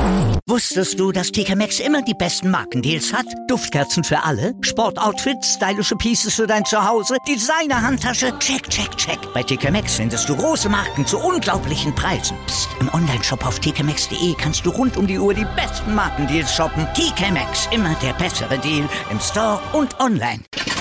Wusstest du, dass TK Maxx immer die besten Markendeals hat? Duftkerzen für alle, Sportoutfits, stylische Pieces für dein Zuhause, Designer-Handtasche, check, check, check. Bei TK Maxx findest du große Marken zu unglaublichen Preisen. Psst. Im Onlineshop auf tkmaxx.de kannst du rund um die Uhr die besten Markendeals shoppen. TK Maxx, immer der bessere Deal im Store und online.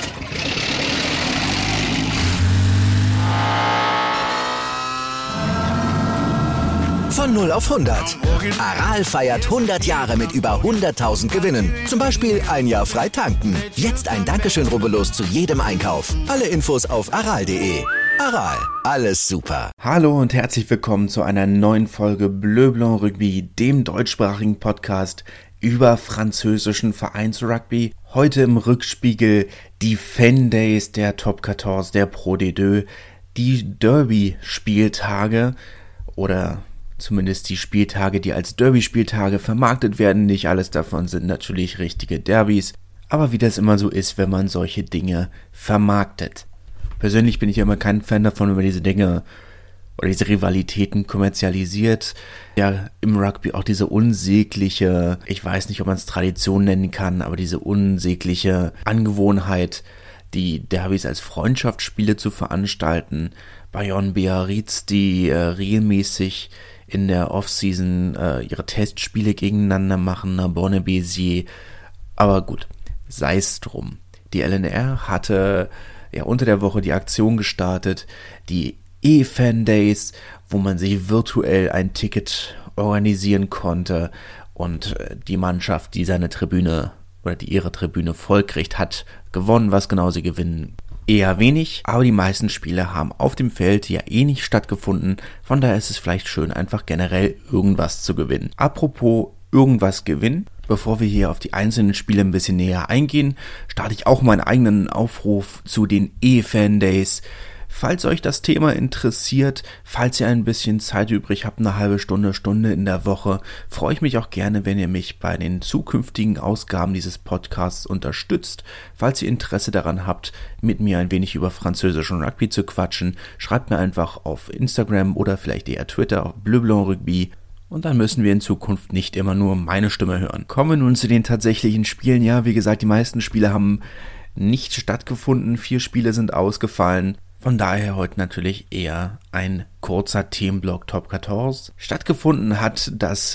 Von 0 auf 100. Aral feiert 100 Jahre mit über 100.000 Gewinnen. Zum Beispiel ein Jahr frei tanken. Jetzt ein Dankeschön, rubbellos zu jedem Einkauf. Alle Infos auf aral.de. Aral, alles super. Hallo und herzlich willkommen zu einer neuen Folge Bleu Blanc Rugby, dem deutschsprachigen Podcast über französischen Vereinsrugby. Heute im Rückspiegel die Fan Days der Top 14 der Pro D2, die Derby-Spieltage oder zumindest die Spieltage, die als Derby-Spieltage vermarktet werden. Nicht alles davon sind natürlich richtige Derbys, aber wie das immer so ist, wenn man solche Dinge vermarktet. Persönlich bin ich ja immer kein Fan davon, wenn man diese Dinge oder diese Rivalitäten kommerzialisiert. Ja, im Rugby auch diese unsägliche, ich weiß nicht, ob man es Tradition nennen kann, aber diese unsägliche Angewohnheit, die Derbys als Freundschaftsspiele zu veranstalten. Bayonne, Biarritz, die regelmäßig in der Offseason ihre Testspiele gegeneinander machen, Narbonne, Béziers. Aber gut, sei es drum. Die LNR hatte ja unter der Woche die Aktion gestartet, die E-Fan Days, wo man sich virtuell ein Ticket organisieren konnte und die Mannschaft, die seine Tribüne oder die ihre Tribüne vollkriegt, hat gewonnen. Was genau sie gewinnen, eher wenig, aber die meisten Spiele haben auf dem Feld ja eh nicht stattgefunden, von daher ist es vielleicht schön, einfach generell irgendwas zu gewinnen. Apropos irgendwas gewinnen, bevor wir hier auf die einzelnen Spiele ein bisschen näher eingehen, starte ich auch meinen eigenen Aufruf zu den E-Fan Days. Falls euch das Thema interessiert, falls ihr ein bisschen Zeit übrig habt, eine halbe Stunde in der Woche, freue ich mich auch gerne, wenn ihr mich bei den zukünftigen Ausgaben dieses Podcasts unterstützt. Falls ihr Interesse daran habt, mit mir ein wenig über französischen Rugby zu quatschen, schreibt mir einfach auf Instagram oder vielleicht eher Twitter auf Bleu Blanc Rugby. Und dann müssen wir in Zukunft nicht immer nur meine Stimme hören. Kommen wir nun zu den tatsächlichen Spielen. Ja, wie gesagt, die meisten Spiele haben nicht stattgefunden. 4 Spiele sind ausgefallen. Von daher heute natürlich eher ein kurzer Themenblock Top 14. Stattgefunden hat das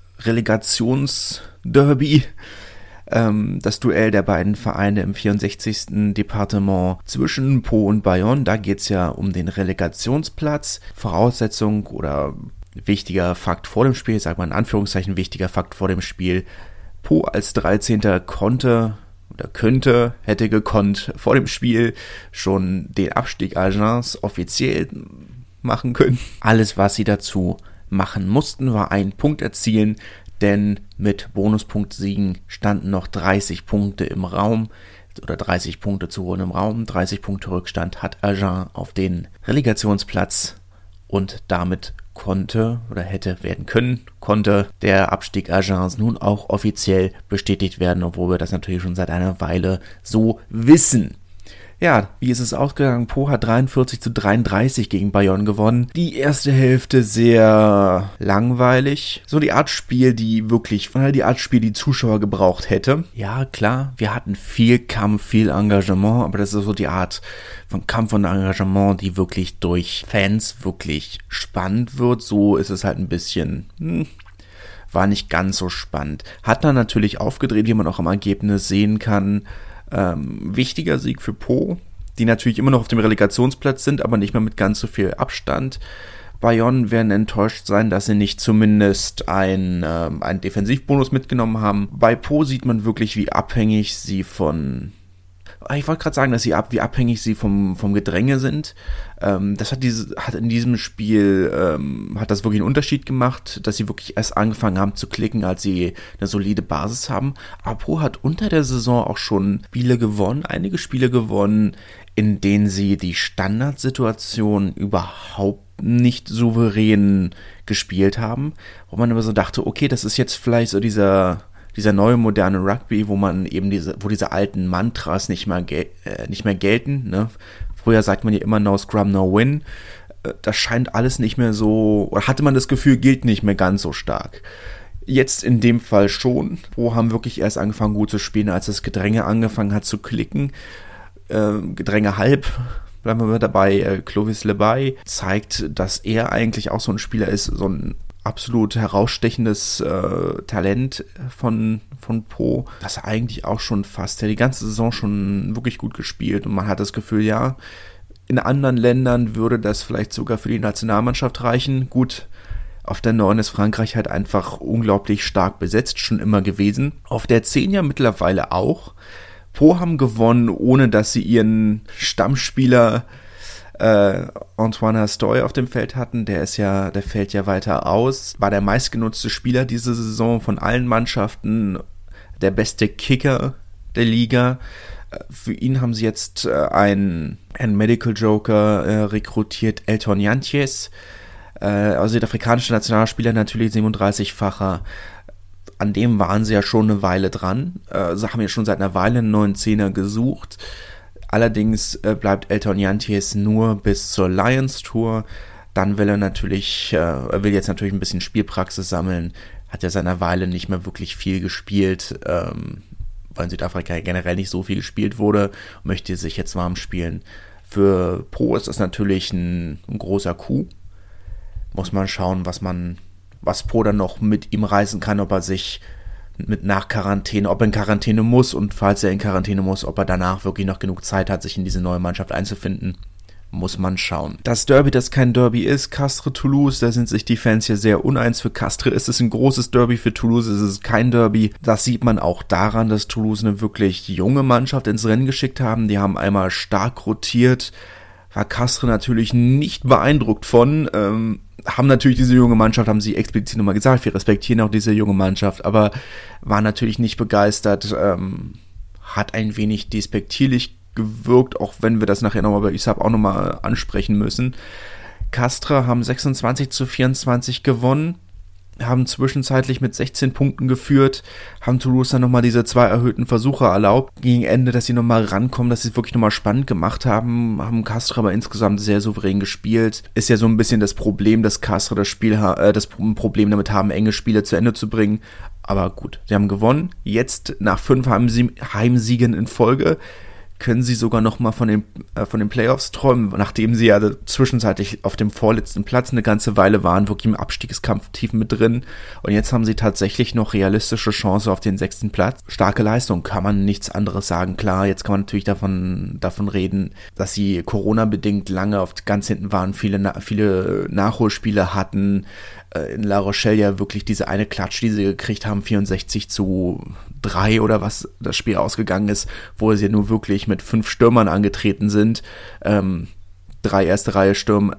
Relegationsderby, das Duell der beiden Vereine im 64. Departement zwischen Pau und Bayonne. Da geht es ja um den Relegationsplatz. Voraussetzung oder wichtiger Fakt vor dem Spiel, ich sage mal in Anführungszeichen wichtiger Fakt vor dem Spiel. Pau als 13. hätte gekonnt vor dem Spiel schon den Abstieg Agen offiziell machen können. Alles, was sie dazu machen mussten, war einen Punkt erzielen, denn mit Bonuspunktsiegen standen noch 30 Punkte im Raum oder 30 Punkte zu holen im Raum. 30 Punkte Rückstand hat Agen auf den Relegationsplatz und damit konnte der Abstieg Agens nun auch offiziell bestätigt werden, obwohl wir das natürlich schon seit einer Weile so wissen. Ja, wie ist es ausgegangen? Pau hat 43-33 gegen Bayonne gewonnen. Die erste Hälfte sehr langweilig. So die Art Spiel, die Zuschauer gebraucht hätte. Ja, klar, wir hatten viel Kampf, viel Engagement, aber das ist so die Art von Kampf und Engagement, die wirklich durch Fans wirklich spannend wird. So ist es halt ein bisschen, war nicht ganz so spannend. Hat dann natürlich aufgedreht, wie man auch am Ergebnis sehen kann. Wichtiger Sieg für Pau, die natürlich immer noch auf dem Relegationsplatz sind, aber nicht mehr mit ganz so viel Abstand. Bayonne werden enttäuscht sein, dass sie nicht zumindest einen Defensivbonus mitgenommen haben. Bei Pau sieht man wirklich, wie abhängig sie vom Gedränge sind. Das hat in diesem Spiel hat das wirklich einen Unterschied gemacht, dass sie wirklich erst angefangen haben zu klicken, als sie eine solide Basis haben. Aber Pau hat unter der Saison auch schon einige Spiele gewonnen, in denen sie die Standardsituation überhaupt nicht souverän gespielt haben, wo man immer so dachte, okay, das ist jetzt vielleicht so dieser neue moderne Rugby, wo diese alten Mantras nicht mehr gelten, ne? Früher sagt man ja immer no scrum, no win. Das scheint alles nicht mehr so, oder hatte man das Gefühl, gilt nicht mehr ganz so stark. Jetzt in dem Fall schon. Po haben wirklich erst angefangen gut zu spielen, als das Gedränge angefangen hat zu klicken. Gedränge halb, bleiben wir mal dabei. Clovis Lebay zeigt, dass er eigentlich auch so ein Spieler ist, so ein absolut herausstechendes Talent von Po, dass er eigentlich auch schon fast die ganze Saison schon wirklich gut gespielt und man hat das Gefühl, ja, in anderen Ländern würde das vielleicht sogar für die Nationalmannschaft reichen. Gut, auf der 9 ist Frankreich halt einfach unglaublich stark besetzt, schon immer gewesen. Auf der 10 ja mittlerweile auch. Po haben gewonnen, ohne dass sie ihren Stammspieler Antoine Hastoy auf dem Feld hatten, der fällt ja weiter aus, war der meistgenutzte Spieler diese Saison von allen Mannschaften, der beste Kicker der Liga. Für ihn haben sie jetzt einen Medical Joker rekrutiert, Elton Jantjes, also südafrikanischer Nationalspieler, natürlich 37-facher. An dem waren sie ja schon eine Weile dran, sie haben ja schon seit einer Weile einen neuen Zehner gesucht. Allerdings bleibt Elton Jantjes nur bis zur Lions Tour. Dann will er jetzt natürlich ein bisschen Spielpraxis sammeln. Hat ja seit einer Weile nicht mehr wirklich viel gespielt, weil in Südafrika generell nicht so viel gespielt wurde. Möchte sich jetzt warm spielen. Für Po ist das natürlich ein großer Coup. Muss man schauen, was Po dann noch mit ihm reisen kann, ob er sich nach Quarantäne, ob er in Quarantäne muss und falls er in Quarantäne muss, ob er danach wirklich noch genug Zeit hat, sich in diese neue Mannschaft einzufinden, muss man schauen. Das Derby, das kein Derby ist, Castres-Toulouse, da sind sich die Fans ja sehr uneins. Für Castres ist es ein großes Derby, für Toulouse ist es kein Derby. Das sieht man auch daran, dass Toulouse eine wirklich junge Mannschaft ins Rennen geschickt haben. Die haben einmal stark rotiert, war Castres natürlich nicht beeindruckt von, haben natürlich diese junge Mannschaft, haben sie explizit nochmal gesagt, wir respektieren auch diese junge Mannschaft, aber war natürlich nicht begeistert, hat ein wenig despektierlich gewirkt, auch wenn wir das nachher nochmal bei USAP auch nochmal ansprechen müssen. Castres haben 26-24 gewonnen, haben zwischenzeitlich mit 16 Punkten geführt, haben Toulouse dann nochmal diese 2 erhöhten Versuche erlaubt, gegen Ende, dass sie nochmal rankommen, dass sie es wirklich nochmal spannend gemacht haben Castres aber insgesamt sehr souverän gespielt. Ist ja so ein bisschen das Problem, dass Castres das Problem damit haben, enge Spiele zu Ende zu bringen, aber gut, sie haben gewonnen. Jetzt nach 5 Heimsiegen in Folge können sie sogar nochmal von den Playoffs träumen, nachdem sie ja zwischenzeitlich auf dem vorletzten Platz eine ganze Weile waren, wirklich im Abstiegskampf tief mit drin. Und jetzt haben sie tatsächlich noch realistische Chance auf den 6. Platz. Starke Leistung, kann man nichts anderes sagen. Klar, jetzt kann man natürlich davon reden, dass sie Corona-bedingt lange ganz hinten waren, viele Nachholspiele hatten. In La Rochelle ja wirklich diese eine Klatsch, die sie gekriegt haben, 64-3 oder was das Spiel ausgegangen ist, wo sie nur wirklich mit 5 Stürmern angetreten sind. 3 erste Reihe Stürmer,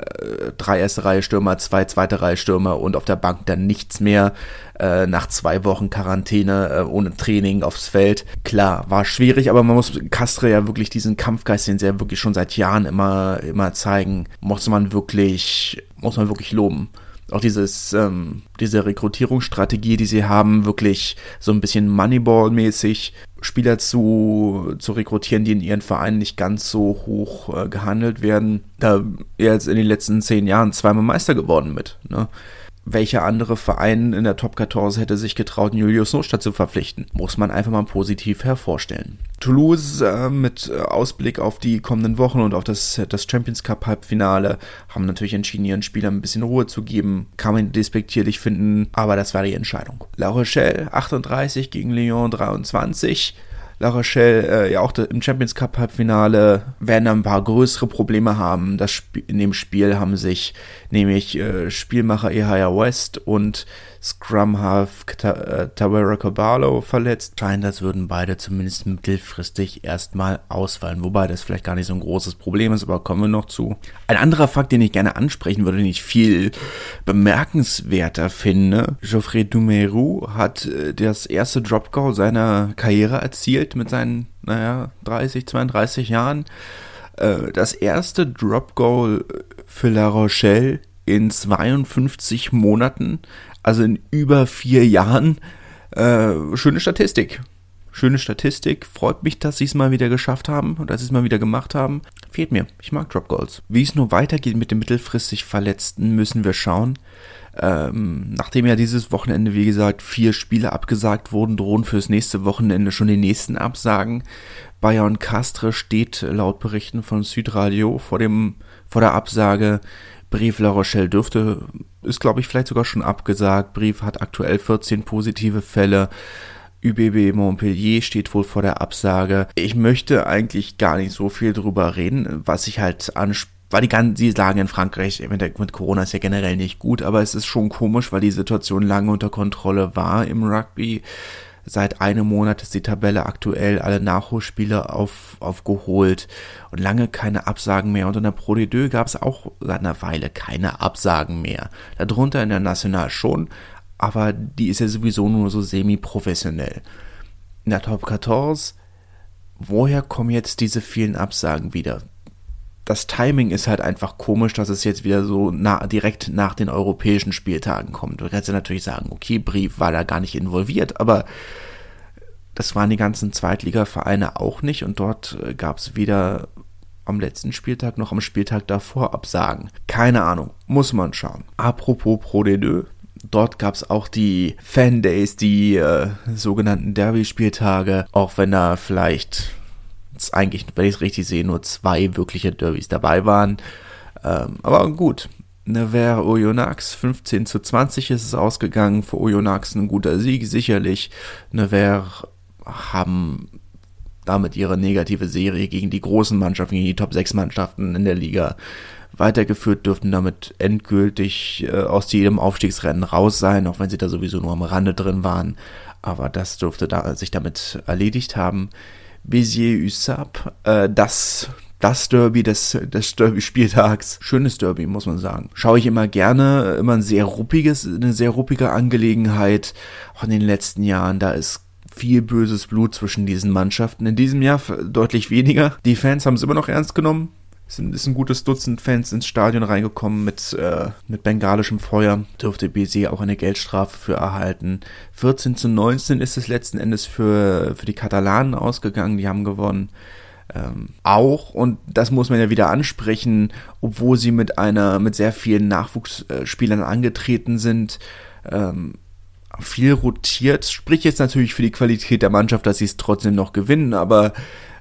2 zweite Reihe Stürmer und auf der Bank dann nichts mehr. Nach 2 Wochen Quarantäne ohne Training aufs Feld. Klar, war schwierig, aber man muss Castres ja wirklich diesen Kampfgeist, den sie ja wirklich schon seit Jahren immer zeigen, muss man wirklich loben. Auch diese Rekrutierungsstrategie, die sie haben, wirklich so ein bisschen Moneyball-mäßig Spieler zu rekrutieren, die in ihren Vereinen nicht ganz so hoch gehandelt werden. Da jetzt in den letzten 10 Jahren 2-mal Meister geworden mit, ne? Welcher andere Verein in der Top 14 hätte sich getraut, Julius Nostadt zu verpflichten? Muss man einfach mal positiv hervorstellen. Toulouse mit Ausblick auf die kommenden Wochen und auf das Champions Cup Halbfinale haben natürlich entschieden, ihren Spielern ein bisschen Ruhe zu geben. Kann man despektierlich finden, aber das war die Entscheidung. La Rochelle 38 gegen Lyon 23. La Rochelle, ja auch im Champions Cup Halbfinale, werden da ein paar größere Probleme haben. In dem Spiel haben sich nämlich Spielmacher Ehaya West und Scrum Half Tawera Caballo verletzt. Scheint, als würden beide zumindest mittelfristig erstmal ausfallen. Wobei das vielleicht gar nicht so ein großes Problem ist, aber kommen wir noch zu. Ein anderer Fakt, den ich gerne ansprechen würde, den ich viel bemerkenswerter finde. Geoffrey Doumerou hat das erste Drop-Goal seiner Karriere erzielt mit seinen, 32 Jahren. Das erste Drop-Goal für La Rochelle in 52 Monaten, also in über 4 Jahren. Schöne Statistik. Freut mich, dass sie es mal wieder geschafft haben und dass sie es mal wieder gemacht haben. Fehlt mir. Ich mag Drop Goals. Wie es nur weitergeht mit den mittelfristig Verletzten, müssen wir schauen. Nachdem ja dieses Wochenende, wie gesagt, 4 Spiele abgesagt wurden, drohen fürs nächste Wochenende schon die nächsten Absagen. Bayern Castres steht laut Berichten von Südradio vor der Absage. Brive La Rochelle ist glaube ich vielleicht sogar schon abgesagt. Brive hat aktuell 14 positive Fälle. UBB Montpellier steht wohl vor der Absage. Ich möchte eigentlich gar nicht so viel drüber reden, was ich halt weil die Lage in Frankreich mit Corona ist ja generell nicht gut, aber es ist schon komisch, weil die Situation lange unter Kontrolle war im Rugby. Seit einem Monat ist die Tabelle aktuell, alle Nachholspiele aufgeholt und lange keine Absagen mehr. Und in der Pro D2 gab es auch seit einer Weile keine Absagen mehr. Darunter in der National schon, aber die ist ja sowieso nur so semi-professionell. In der Top 14, woher kommen jetzt diese vielen Absagen wieder? Das Timing ist halt einfach komisch, dass es jetzt wieder so direkt nach den europäischen Spieltagen kommt. Du kannst ja natürlich sagen, okay, Brive war da gar nicht involviert, aber das waren die ganzen Zweitligavereine auch nicht und dort gab es weder am letzten Spieltag noch am Spieltag davor Absagen. Keine Ahnung, muss man schauen. Apropos Pro D2, dort gab es auch die Fan-Days, die sogenannten Derby-Spieltage, auch wenn da vielleicht eigentlich, wenn ich es richtig sehe, nur 2 wirkliche Derbys dabei waren. Aber gut. Nevers Oyonnax 15:20 ist es ausgegangen. Für Oyonnax ein guter Sieg, sicherlich. Nevers haben damit ihre negative Serie gegen die großen Mannschaften, gegen die Top 6 Mannschaften in der Liga weitergeführt, dürften damit endgültig aus jedem Aufstiegsrennen raus sein, auch wenn sie da sowieso nur am Rande drin waren. Aber das dürfte sich damit erledigt haben. Béziers-USAP, das Derby des Derby-Spieltags. Schönes Derby, muss man sagen. Schaue ich immer gerne, immer eine sehr ruppige Angelegenheit. Auch in den letzten Jahren, da ist viel böses Blut zwischen diesen Mannschaften. In diesem Jahr deutlich weniger. Die Fans haben es immer noch ernst genommen. Es ist ein gutes Dutzend Fans ins Stadion reingekommen mit bengalischem Feuer. Dürfte Béziers auch eine Geldstrafe für erhalten. 14:19 ist es letzten Endes für die Katalanen ausgegangen. Die haben gewonnen. Auch, und das muss man ja wieder ansprechen, obwohl sie mit sehr vielen Nachwuchsspielern angetreten sind, viel rotiert. Spricht jetzt natürlich für die Qualität der Mannschaft, dass sie es trotzdem noch gewinnen, aber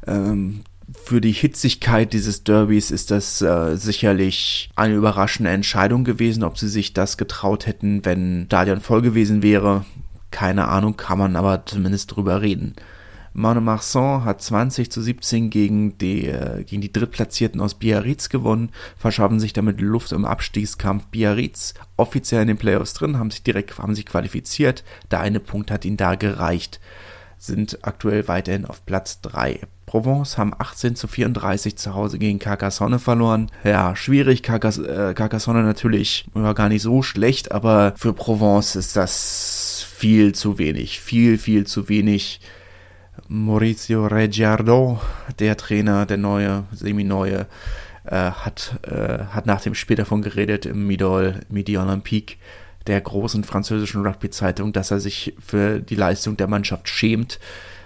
für die Hitzigkeit dieses Derbys ist das sicherlich eine überraschende Entscheidung gewesen. Ob sie sich das getraut hätten, wenn Stadion voll gewesen wäre, keine Ahnung, kann man aber zumindest drüber reden. Mont-de-Marsan hat 20:17 gegen die Drittplatzierten aus Biarritz gewonnen, verschaffen sich damit Luft im Abstiegskampf. Biarritz offiziell in den Playoffs drin, haben sich qualifiziert. Der eine Punkt hat ihnen da gereicht, sind aktuell weiterhin auf Platz 3. Provence haben 18:34 zu Hause gegen Carcassonne verloren. Ja, schwierig. Carcassonne natürlich gar nicht so schlecht, aber für Provence ist das viel zu wenig. Viel zu wenig. Maurizio Reggiardo, der Trainer, der neue, semi-neue, hat nach dem Spiel davon geredet im Midi Olympique, der großen französischen Rugby-Zeitung, dass er sich für die Leistung der Mannschaft schämt.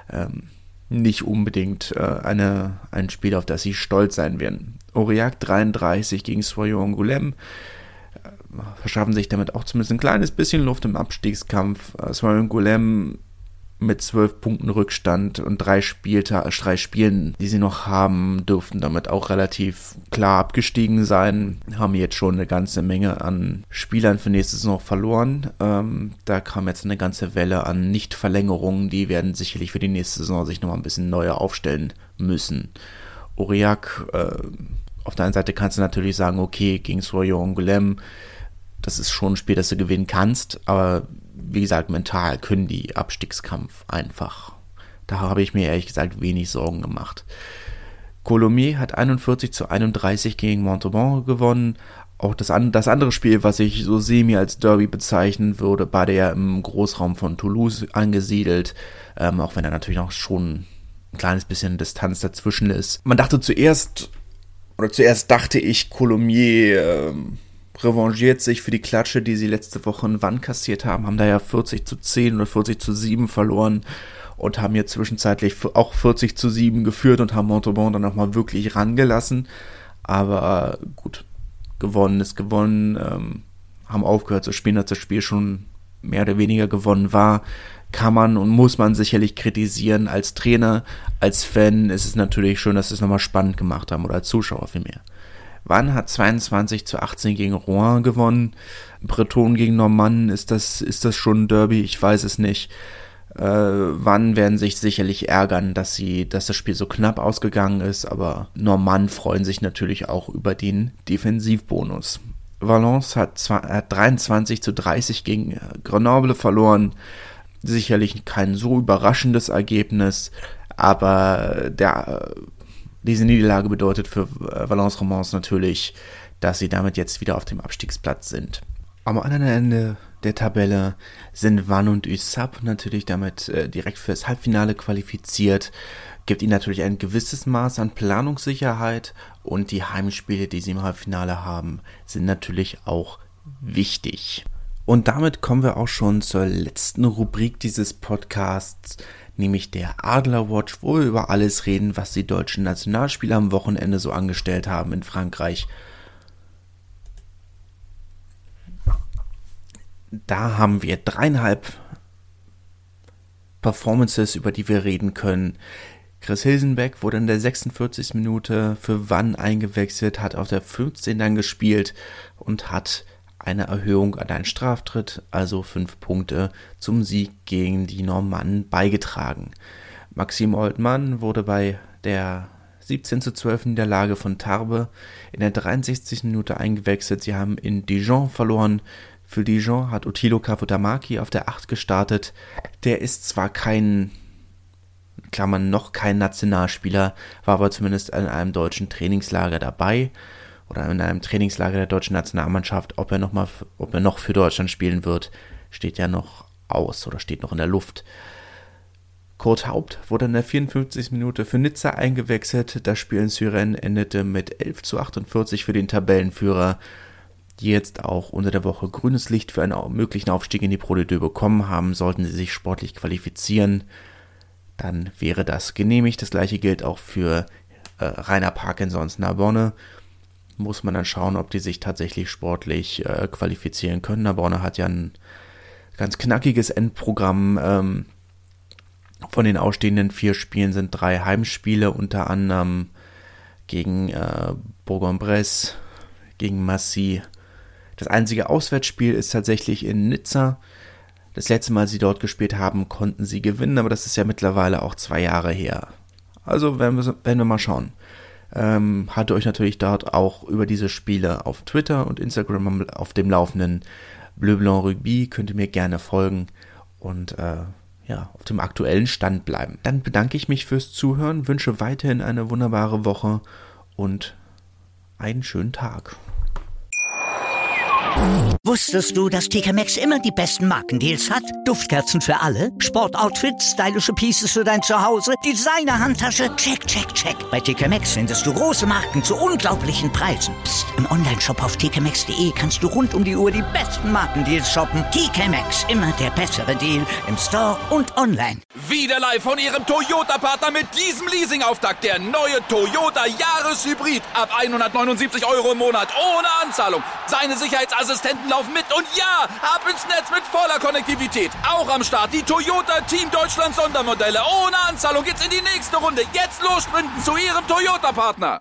Nicht unbedingt ein Spiel, auf das sie stolz sein werden. Aurillac 33 gegen Soyons Angoulême verschaffen sich damit auch zumindest ein kleines bisschen Luft im Abstiegskampf. Soyons Angoulême mit 12 Punkten Rückstand und 3 Spielen, die sie noch haben, dürften damit auch relativ klar abgestiegen sein. Haben jetzt schon eine ganze Menge an Spielern für nächste Saison verloren. Da kam jetzt eine ganze Welle an Nichtverlängerungen, die werden sicherlich für die nächste Saison sich nochmal ein bisschen neuer aufstellen müssen. Aurillac, auf der einen Seite kannst du natürlich sagen, okay, gegen Soyons Angoulême, das ist schon ein Spiel, das du gewinnen kannst, aber wie gesagt, mental können die Abstiegskampf einfach. Da habe ich mir ehrlich gesagt wenig Sorgen gemacht. Colomiers hat 41:31 gegen Montauban gewonnen. Auch das andere Spiel, was ich so semi als Derby bezeichnen würde, war der im Großraum von Toulouse angesiedelt, auch wenn da natürlich noch schon ein kleines bisschen Distanz dazwischen ist. Zuerst dachte ich, Colomiers revanchiert sich für die Klatsche, die sie letzte Woche in Wann kassiert haben da ja 40:10 oder 40:7 verloren und haben jetzt zwischenzeitlich auch 40:7 geführt und haben Montauban dann nochmal wirklich rangelassen. Aber gut, gewonnen ist gewonnen. haben aufgehört zu spielen, als das Spiel schon mehr oder weniger gewonnen war. Kann man und muss man sicherlich kritisieren. Als Trainer, als Fan ist es natürlich schön, dass sie es nochmal spannend gemacht haben, oder als Zuschauer vielmehr. Vannes hat 22-18 gegen Rouen gewonnen. Breton gegen Normannen, ist das schon ein Derby? Ich weiß es nicht. Vannes werden sich sicherlich ärgern, dass das Spiel so knapp ausgegangen ist, aber Normannen freuen sich natürlich auch über den Defensivbonus. Valence hat 23-30 gegen Grenoble verloren. Sicherlich kein so überraschendes Ergebnis, aber diese Niederlage bedeutet für Valence Romans natürlich, dass sie damit jetzt wieder auf dem Abstiegsplatz sind. Am anderen Ende der Tabelle sind Vannes und USAP natürlich damit direkt für das Halbfinale qualifiziert. Gibt ihnen natürlich ein gewisses Maß an Planungssicherheit, und die Heimspiele, die sie im Halbfinale haben, sind natürlich auch wichtig. Und damit kommen wir auch schon zur letzten Rubrik dieses Podcasts, nämlich der Adlerwatch, wo wir über alles reden, was die deutschen Nationalspieler am Wochenende so angestellt haben in Frankreich. Da haben wir 3,5 Performances, über die wir reden können. Chris Hilsenbeck wurde in der 46. Minute für Vannes eingewechselt, hat auf der 15 dann gespielt und hat eine Erhöhung an einen Straftritt, also 5 Punkte zum Sieg gegen die Normannen beigetragen. Maxime Oltmann wurde bei der 17:12 Niederlage von Tarbes in der 63. Minute eingewechselt. Sie haben in Dijon verloren. Für Dijon hat Ottilo Capotamaki auf der 8 gestartet. Der ist zwar noch kein Nationalspieler, war aber zumindest in einem deutschen Trainingslager dabei oder in einem Trainingslager der deutschen Nationalmannschaft. Ob er noch für Deutschland spielen wird, steht ja noch aus oder steht noch in der Luft. Kurt Haupt wurde in der 54. Minute für Nizza eingewechselt. Das Spiel in Suresnes endete mit 11:48 für den Tabellenführer, die jetzt auch unter der Woche grünes Licht für einen möglichen Aufstieg in die Pro D2 bekommen haben. Sollten sie sich sportlich qualifizieren, dann wäre das genehmigt. Das gleiche gilt auch für Rainer Parkinsons Narbonne. Muss man dann schauen, ob die sich tatsächlich sportlich qualifizieren können. Narbonne hat ja ein ganz knackiges Endprogramm. Von den ausstehenden 4 Spielen sind 3 Heimspiele, unter anderem gegen Bourg-en-Bresse, gegen Massy. Das einzige Auswärtsspiel ist tatsächlich in Nizza. Das letzte Mal, als sie dort gespielt haben, konnten sie gewinnen, aber das ist ja mittlerweile auch 2 Jahre her. Also werden wir mal schauen. Hatte euch natürlich dort auch über diese Spiele auf Twitter und Instagram auf dem Laufenden. Bleu Blanc Rugby, könnt ihr mir gerne folgen und auf dem aktuellen Stand bleiben. Dann bedanke ich mich fürs Zuhören, wünsche weiterhin eine wunderbare Woche und einen schönen Tag. Wusstest du, dass TK Maxx immer die besten Markendeals hat? Duftkerzen für alle, Sportoutfits, stylische Pieces für dein Zuhause, Designer-Handtasche, check, check, check. Bei TK Maxx findest du große Marken zu unglaublichen Preisen. Psst. Im Onlineshop auf tkmaxx.de kannst du rund um die Uhr die besten Markendeals shoppen. TK Maxx, immer der bessere Deal im Store und online. Wieder live von ihrem Toyota-Partner mit diesem Leasing-Auftakt. Der neue Toyota Jahreshybrid. Ab 179 € im Monat ohne Anzahlung. Seine Sicherheitsassistenten laufen mit und ja, ab ins Netz mit voller Konnektivität. Auch am Start die Toyota Team Deutschland Sondermodelle. Ohne Anzahlung geht's in die nächste Runde. Jetzt los sprinten zu ihrem Toyota-Partner.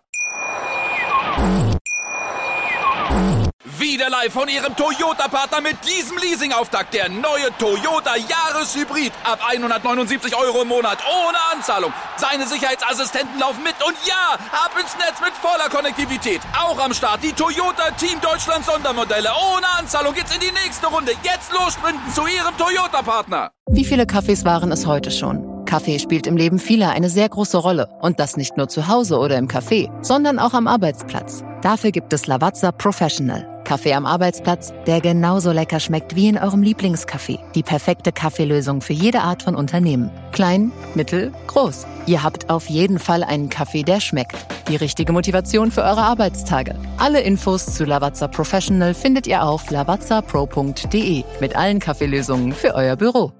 Wieder live von ihrem Toyota-Partner mit diesem Leasing-Auftakt. Der neue Toyota Jahreshybrid. Ab 179 € im Monat ohne Anzahlung. Seine Sicherheitsassistenten laufen mit und ja, ab ins Netz mit voller Konnektivität. Auch am Start die Toyota Team Deutschland Sondermodelle. Ohne Anzahlung geht's in die nächste Runde. Jetzt los sprinten zu ihrem Toyota-Partner. Wie viele Kaffees waren es heute schon? Kaffee spielt im Leben vieler eine sehr große Rolle. Und das nicht nur zu Hause oder im Café, sondern auch am Arbeitsplatz. Dafür gibt es Lavazza Professional. Kaffee am Arbeitsplatz, der genauso lecker schmeckt wie in eurem Lieblingscafé. Die perfekte Kaffeelösung für jede Art von Unternehmen. Klein, mittel, groß. Ihr habt auf jeden Fall einen Kaffee, der schmeckt. Die richtige Motivation für eure Arbeitstage. Alle Infos zu Lavazza Professional findet ihr auf lavazzapro.de mit allen Kaffeelösungen für euer Büro.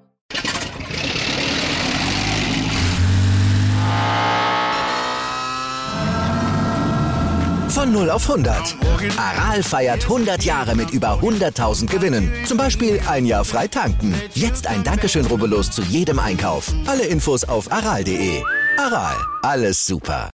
Von Von 0 auf 100. Aral feiert 100 Jahre mit über 100.000 Gewinnen. Zum Beispiel ein Jahr frei tanken. Jetzt ein Dankeschön, rubbellos zu jedem Einkauf. Alle Infos auf aral.de. Aral, alles super.